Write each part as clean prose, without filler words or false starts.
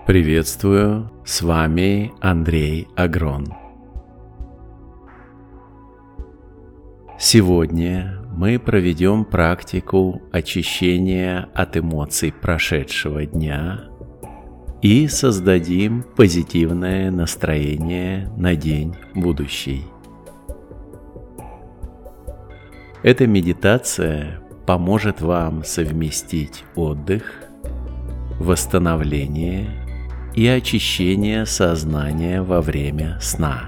Приветствую, с вами Андрей Агрон. Сегодня мы проведем практику очищения от эмоций прошедшего дня и создадим позитивное настроение на день будущий. Эта медитация поможет вам совместить отдых, восстановление и очищение сознания во время сна.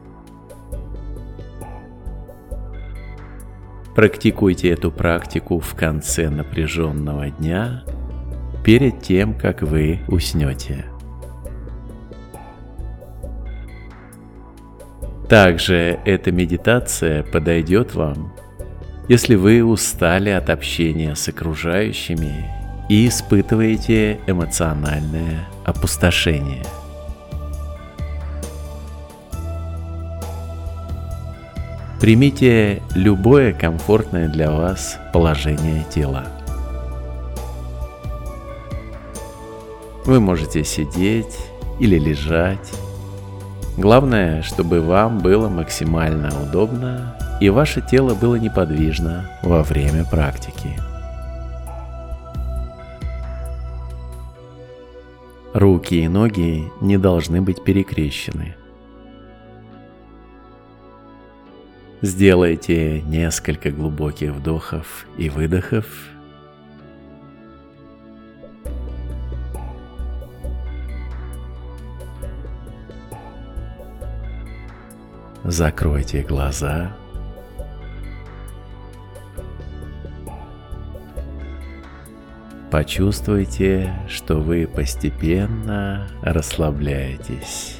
Практикуйте эту практику в конце напряженного дня, перед тем, как вы уснете. Также эта медитация подойдет вам, если вы устали от общения с окружающими и испытываете эмоциональное опустошение. Примите любое комфортное для вас положение тела. Вы можете сидеть или лежать. Главное, чтобы вам было максимально удобно и ваше тело было неподвижно во время практики. Руки и ноги не должны быть перекрещены. Сделайте несколько глубоких вдохов и выдохов. Закройте глаза. Почувствуйте, что вы постепенно расслабляетесь.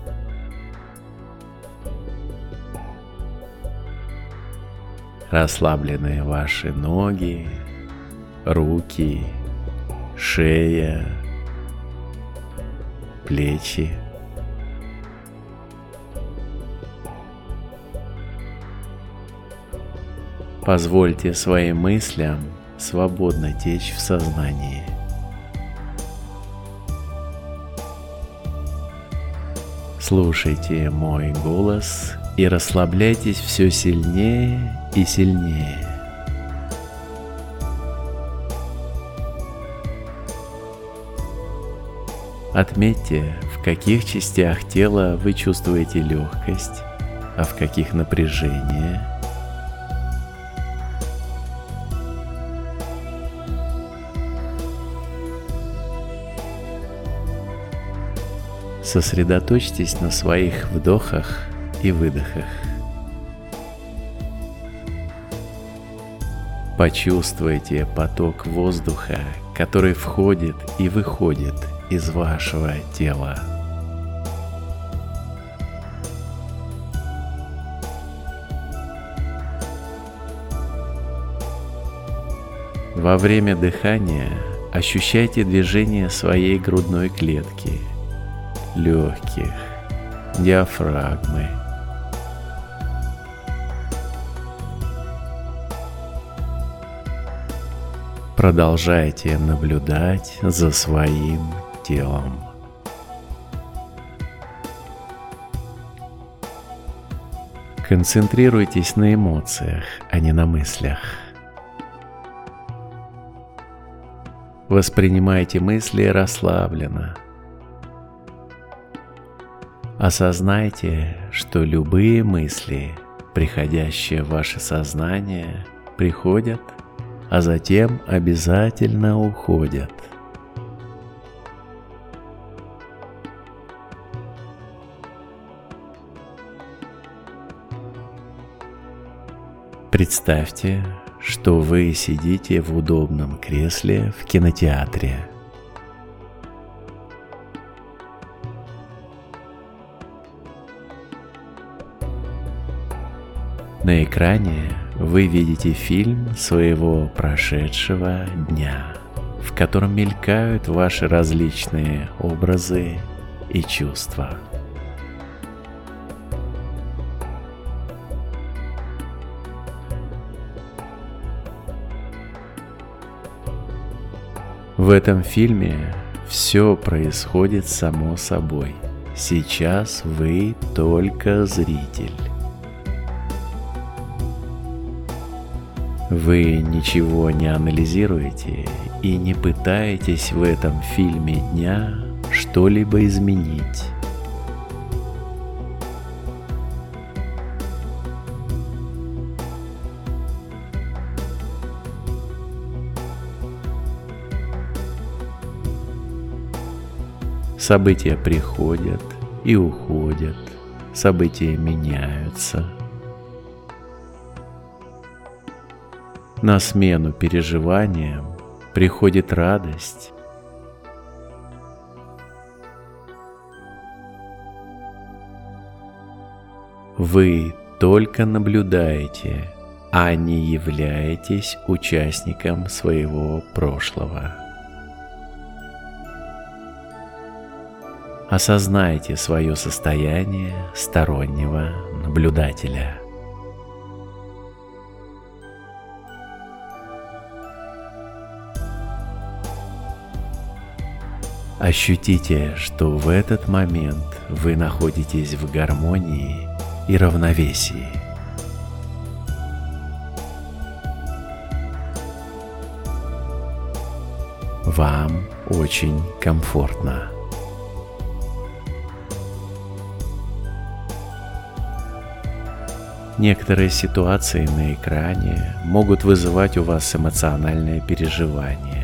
Расслаблены ваши ноги, руки, шея, плечи. Позвольте своим мыслям свободно течь в сознании. Слушайте мой голос и расслабляйтесь все сильнее и сильнее. Отметьте, в каких частях тела вы чувствуете легкость, а в каких напряжение. Сосредоточьтесь на своих вдохах и выдохах. Почувствуйте поток воздуха, который входит и выходит из вашего тела. Во время дыхания ощущайте движение своей грудной клетки, легких, диафрагмы. Продолжайте наблюдать за своим телом. Концентрируйтесь на эмоциях, а не на мыслях. Воспринимайте мысли расслабленно. Осознайте, что любые мысли, приходящие в ваше сознание, приходят, а затем обязательно уходят. Представьте, что вы сидите в удобном кресле в кинотеатре. На экране вы видите фильм своего прошедшего дня, в котором мелькают ваши различные образы и чувства. В этом фильме все происходит само собой. Сейчас вы только зритель. Вы ничего не анализируете и не пытаетесь в этом фильме дня что-либо изменить. События приходят и уходят, события меняются. На смену переживаниям приходит радость. Вы только наблюдаете, а не являетесь участником своего прошлого. Осознайте свое состояние стороннего наблюдателя. Ощутите, что в этот момент вы находитесь в гармонии и равновесии. Вам очень комфортно. Некоторые ситуации на экране могут вызывать у вас эмоциональное переживание.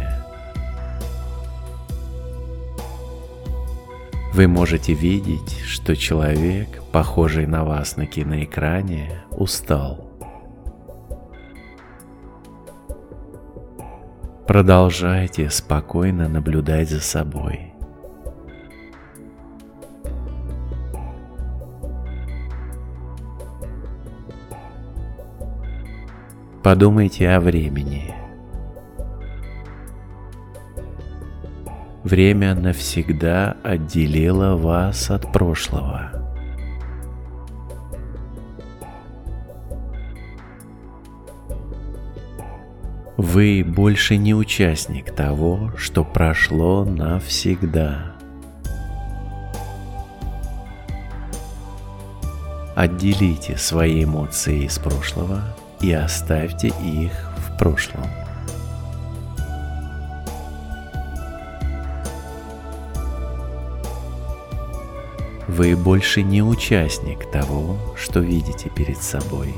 Вы можете видеть, что человек, похожий на вас на киноэкране, устал. Продолжайте спокойно наблюдать за собой. Подумайте о времени. Время навсегда отделило вас от прошлого. Вы больше не участник того, что прошло навсегда. Отделите свои эмоции из прошлого и оставьте их в прошлом. Вы больше не участник того, что видите перед собой.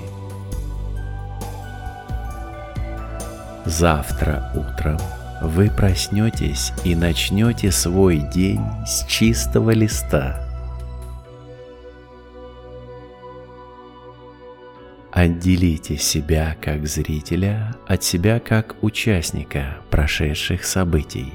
Завтра утром вы проснетесь и начнете свой день с чистого листа. Отделите себя как зрителя от себя как участника прошедших событий.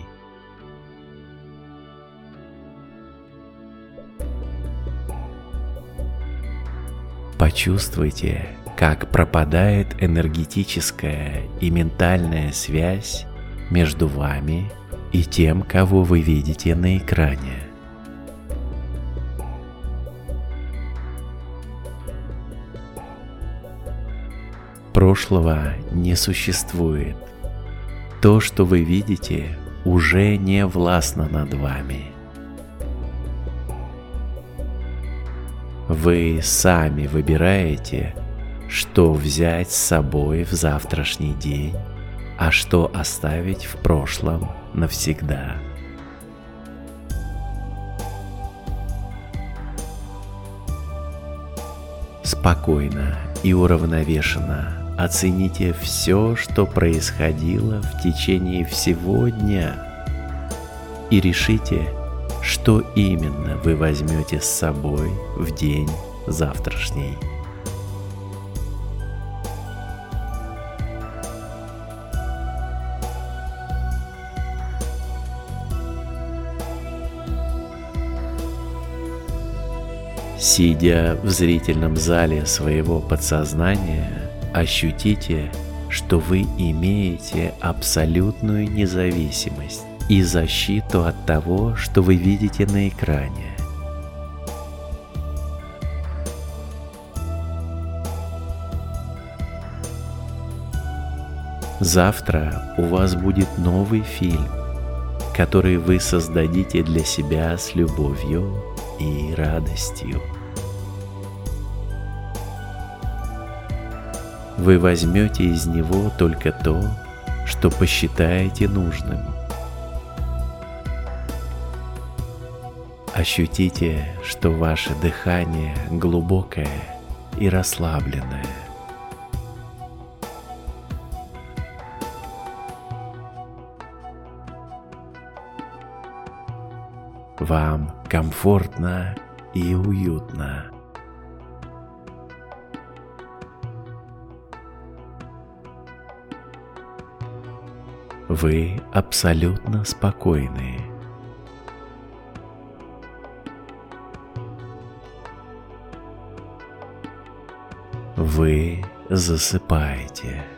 Почувствуйте, как пропадает энергетическая и ментальная связь между вами и тем, кого вы видите на экране. Прошлого не существует. То, что вы видите, уже не властно над вами. Вы сами выбираете, что взять с собой в завтрашний день, а что оставить в прошлом навсегда. Спокойно и уравновешенно оцените все, что происходило в течение всего дня, и решите, что именно вы возьмете с собой в день завтрашний. Сидя в зрительном зале своего подсознания, ощутите, что вы имеете абсолютную независимость и защиту от того, что вы видите на экране. Завтра у вас будет новый фильм, который вы создадите для себя с любовью и радостью. Вы возьмете из него только то, что посчитаете нужным. Ощутите, что ваше дыхание глубокое и расслабленное. Вам комфортно и уютно. Вы абсолютно спокойны. Вы засыпаете.